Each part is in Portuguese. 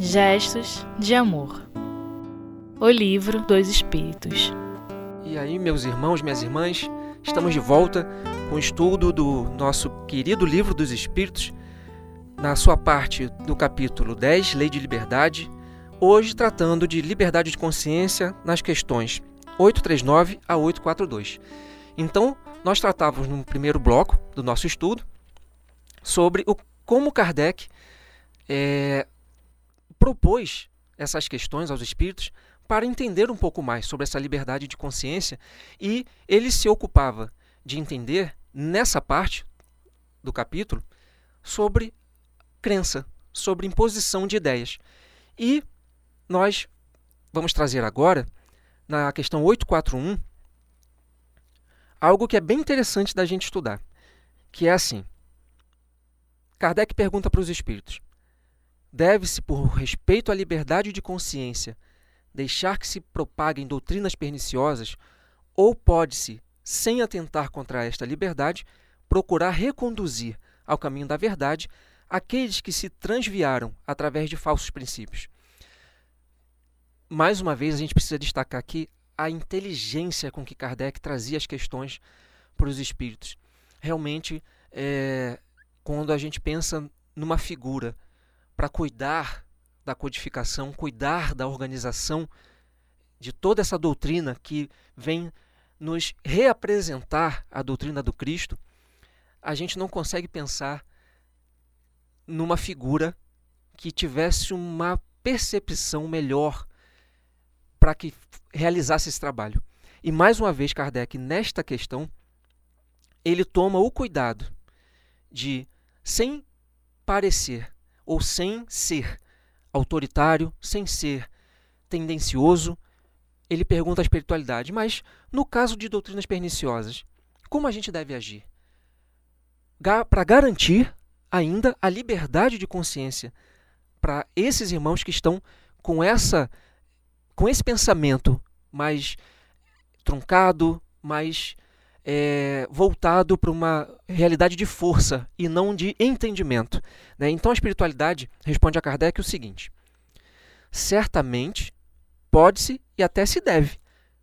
Gestos de Amor. O Livro dos Espíritos. E aí, meus irmãos, minhas irmãs, estamos de volta com o estudo do nosso querido Livro dos Espíritos, na sua parte do capítulo 10, Lei de Liberdade, hoje tratando de liberdade de consciência nas questões 839 a 842. Então, nós tratávamos no primeiro bloco do nosso estudo sobre como Kardec propôs essas questões aos espíritos para entender um pouco mais sobre essa liberdade de consciência, e ele se ocupava de entender, nessa parte do capítulo, sobre crença, sobre imposição de ideias. E nós vamos trazer agora, na questão 841, algo que é bem interessante da gente estudar, que é assim. Kardec pergunta para os espíritos: deve-se, por respeito à liberdade de consciência, deixar que se propaguem doutrinas perniciosas, ou pode-se, sem atentar contra esta liberdade, procurar reconduzir ao caminho da verdade aqueles que se transviaram através de falsos princípios? Mais uma vez, a gente precisa destacar aqui a inteligência com que Kardec trazia as questões para os espíritos. Realmente, quando a gente pensa numa figura para cuidar da codificação, cuidar da organização de toda essa doutrina que vem nos reapresentar a doutrina do Cristo, a gente não consegue pensar numa figura que tivesse uma percepção melhor para que realizasse esse trabalho. E mais uma vez, Kardec, nesta questão, ele toma o cuidado de, sem parecer ou sem ser autoritário, sem ser tendencioso, ele pergunta à espiritualidade: mas no caso de doutrinas perniciosas, como a gente deve agir? Para garantir ainda a liberdade de consciência para esses irmãos que estão com esse pensamento mais truncado, mais voltado para uma realidade de força e não de entendimento, né? Então a espiritualidade responde a Kardec o seguinte: certamente pode-se e até se deve.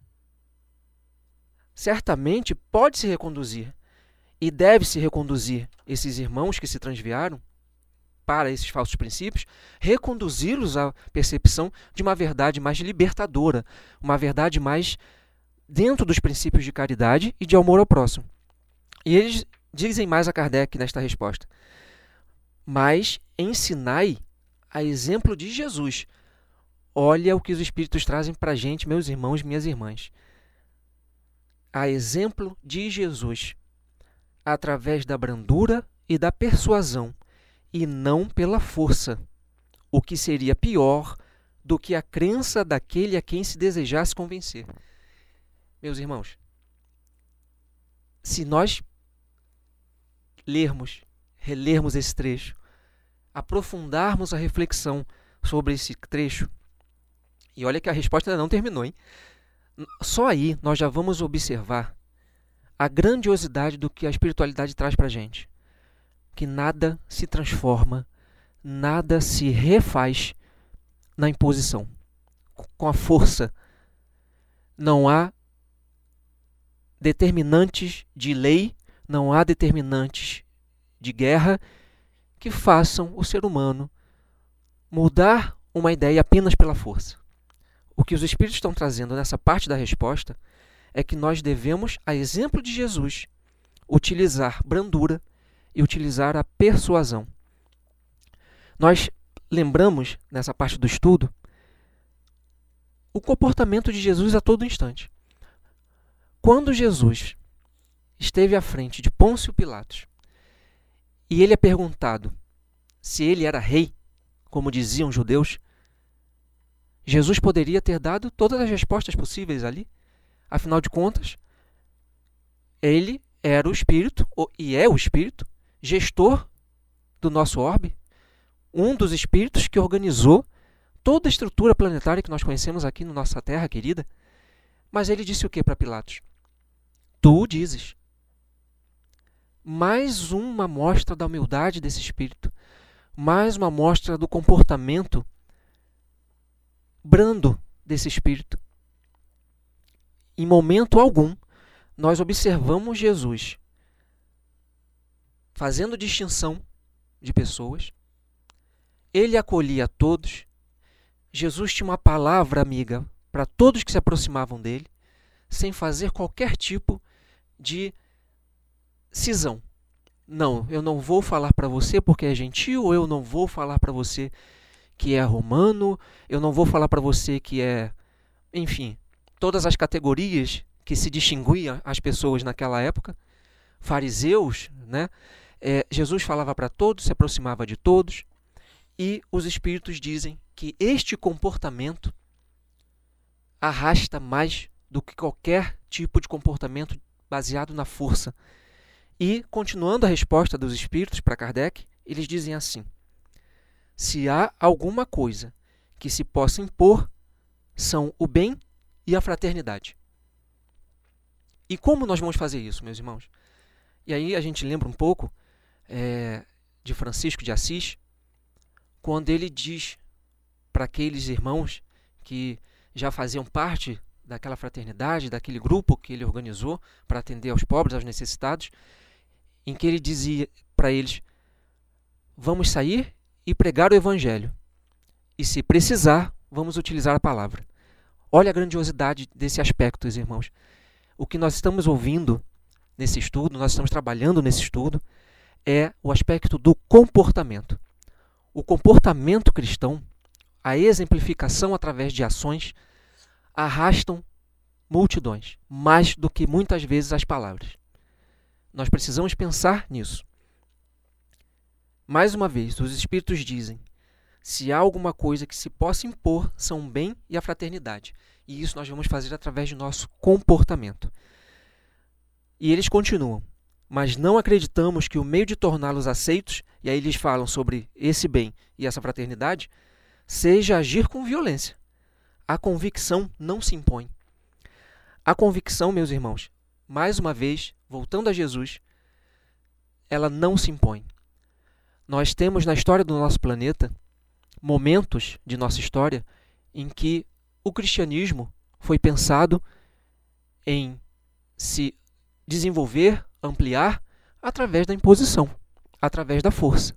Certamente pode-se reconduzir e deve-se reconduzir esses irmãos que se transviaram para esses falsos princípios, reconduzi-los à percepção de uma verdade mais libertadora, uma verdade mais dentro dos princípios de caridade e de amor ao próximo. E eles dizem mais a Kardec nesta resposta: mas ensinai a exemplo de Jesus. Olha o que os Espíritos trazem para a gente, meus irmãos e minhas irmãs. A exemplo de Jesus, através da brandura e da persuasão, e não pela força, o que seria pior do que a crença daquele a quem se desejasse convencer. Meus irmãos, se nós relermos esse trecho, aprofundarmos a reflexão sobre esse trecho, e olha que a resposta ainda não terminou, hein? Só aí nós já vamos observar a grandiosidade do que a espiritualidade traz para a gente. Que nada se transforma, nada se refaz na imposição, com a força. Não há determinantes de lei, não há determinantes de guerra que façam o ser humano mudar uma ideia apenas pela força. O que os Espíritos estão trazendo nessa parte da resposta é que nós devemos, a exemplo de Jesus, utilizar brandura e utilizar a persuasão. Nós lembramos, nessa parte do estudo, o comportamento de Jesus a todo instante. Quando Jesus esteve à frente de Pôncio Pilatos e ele é perguntado se ele era rei, como diziam os judeus, Jesus poderia ter dado todas as respostas possíveis ali. Afinal de contas, ele era o Espírito, e é o Espírito, gestor do nosso orbe, um dos Espíritos que organizou toda a estrutura planetária que nós conhecemos aqui na nossa Terra querida. Mas ele disse o que para Pilatos? Tu dizes. Mais uma mostra da humildade desse Espírito, mais uma mostra do comportamento brando desse espírito. Em momento algum, nós observamos Jesus fazendo distinção de pessoas. Ele acolhia a todos. Jesus tinha uma palavra amiga para todos que se aproximavam dele, sem fazer qualquer tipo de cisão. Não, eu não vou falar para você porque é gentil, eu não vou falar para você que é romano, eu não vou falar para você que é... Enfim, todas as categorias que se distinguiam as pessoas naquela época, fariseus, né? Jesus falava para todos, se aproximava de todos, e os espíritos dizem que este comportamento arrasta mais do que qualquer tipo de comportamento baseado na força. E, continuando a resposta dos espíritos para Kardec, eles dizem assim: se há alguma coisa que se possa impor, são o bem e a fraternidade. E como nós vamos fazer isso, meus irmãos? E aí a gente lembra um pouco de Francisco de Assis, quando ele diz para aqueles irmãos que já faziam parte daquela fraternidade, daquele grupo que ele organizou para atender aos pobres, aos necessitados, em que ele dizia para eles: vamos sair e pregar o Evangelho. E se precisar, vamos utilizar a palavra. Olha a grandiosidade desse aspecto, irmãos. O que nós estamos ouvindo nesse estudo, nós estamos trabalhando nesse estudo, é o aspecto do comportamento. O comportamento cristão, a exemplificação através de ações, arrastam multidões, mais do que muitas vezes as palavras. Nós precisamos pensar nisso. Mais uma vez, os espíritos dizem: se há alguma coisa que se possa impor, são o bem e a fraternidade. E isso nós vamos fazer através do nosso comportamento. E eles continuam: mas não acreditamos que o meio de torná-los aceitos, e aí eles falam sobre esse bem e essa fraternidade, seja agir com violência. A convicção não se impõe. A convicção, meus irmãos, mais uma vez, voltando a Jesus, ela não se impõe. Nós temos na história do nosso planeta momentos de nossa história em que o cristianismo foi pensado em se desenvolver, ampliar através da imposição, através da força.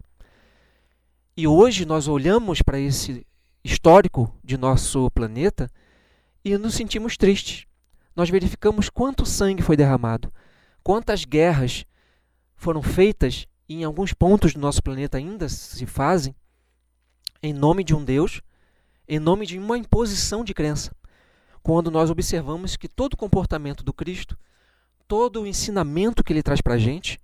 E hoje nós olhamos para esse histórico de nosso planeta e nos sentimos tristes. Nós verificamos quanto sangue foi derramado, quantas guerras foram feitas e em alguns pontos do nosso planeta ainda se fazem em nome de um Deus, em nome de uma imposição de crença. Quando nós observamos que todo o comportamento do Cristo, todo o ensinamento que ele traz para a gente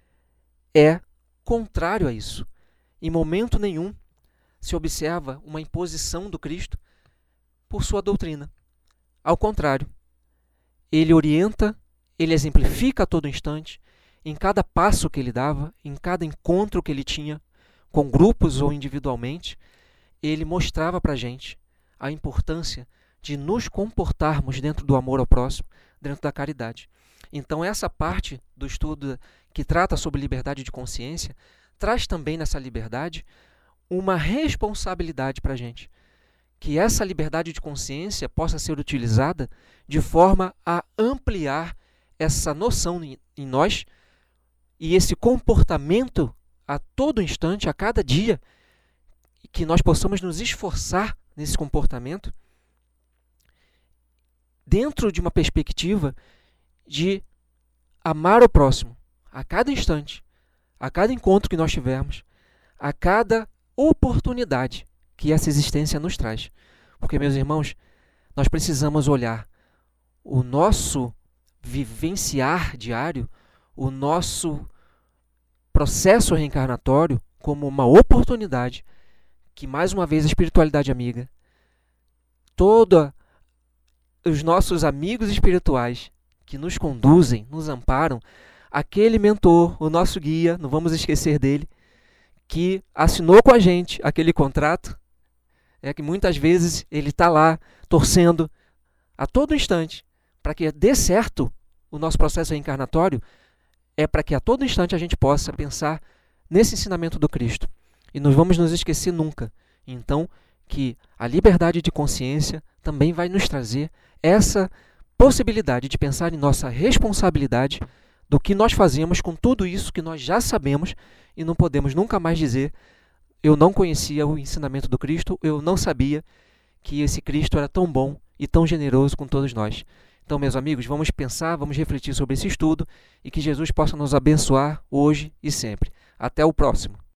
é contrário a isso. Em momento nenhum se observa uma imposição do Cristo por sua doutrina. Ao contrário, ele orienta, ele exemplifica a todo instante, em cada passo que ele dava, em cada encontro que ele tinha, com grupos ou individualmente, ele mostrava para a gente a importância de nos comportarmos dentro do amor ao próximo, dentro da caridade. Então, essa parte do estudo que trata sobre liberdade de consciência traz também nessa liberdade uma responsabilidade para a gente. Que essa liberdade de consciência possa ser utilizada de forma a ampliar essa noção em nós e esse comportamento a todo instante, a cada dia, que nós possamos nos esforçar nesse comportamento dentro de uma perspectiva de amar o próximo a cada instante, a cada encontro que nós tivermos, a cada oportunidade que essa existência nos traz. Porque, meus irmãos, nós precisamos olhar o nosso vivenciar diário, o nosso processo reencarnatório como uma oportunidade que, mais uma vez, a espiritualidade amiga, todos os nossos amigos espirituais que nos conduzem, nos amparam, aquele mentor, o nosso guia, não vamos esquecer dele, que assinou com a gente aquele contrato, que muitas vezes ele está lá torcendo a todo instante para que dê certo o nosso processo reencarnatório, é para que a todo instante a gente possa pensar nesse ensinamento do Cristo. E não vamos nos esquecer nunca. Então, que a liberdade de consciência também vai nos trazer essa possibilidade de pensar em nossa responsabilidade do que nós fazemos com tudo isso que nós já sabemos e não podemos nunca mais dizer: eu não conhecia o ensinamento do Cristo, eu não sabia que esse Cristo era tão bom e tão generoso com todos nós. Então, meus amigos, vamos pensar, vamos refletir sobre esse estudo e que Jesus possa nos abençoar hoje e sempre. Até o próximo.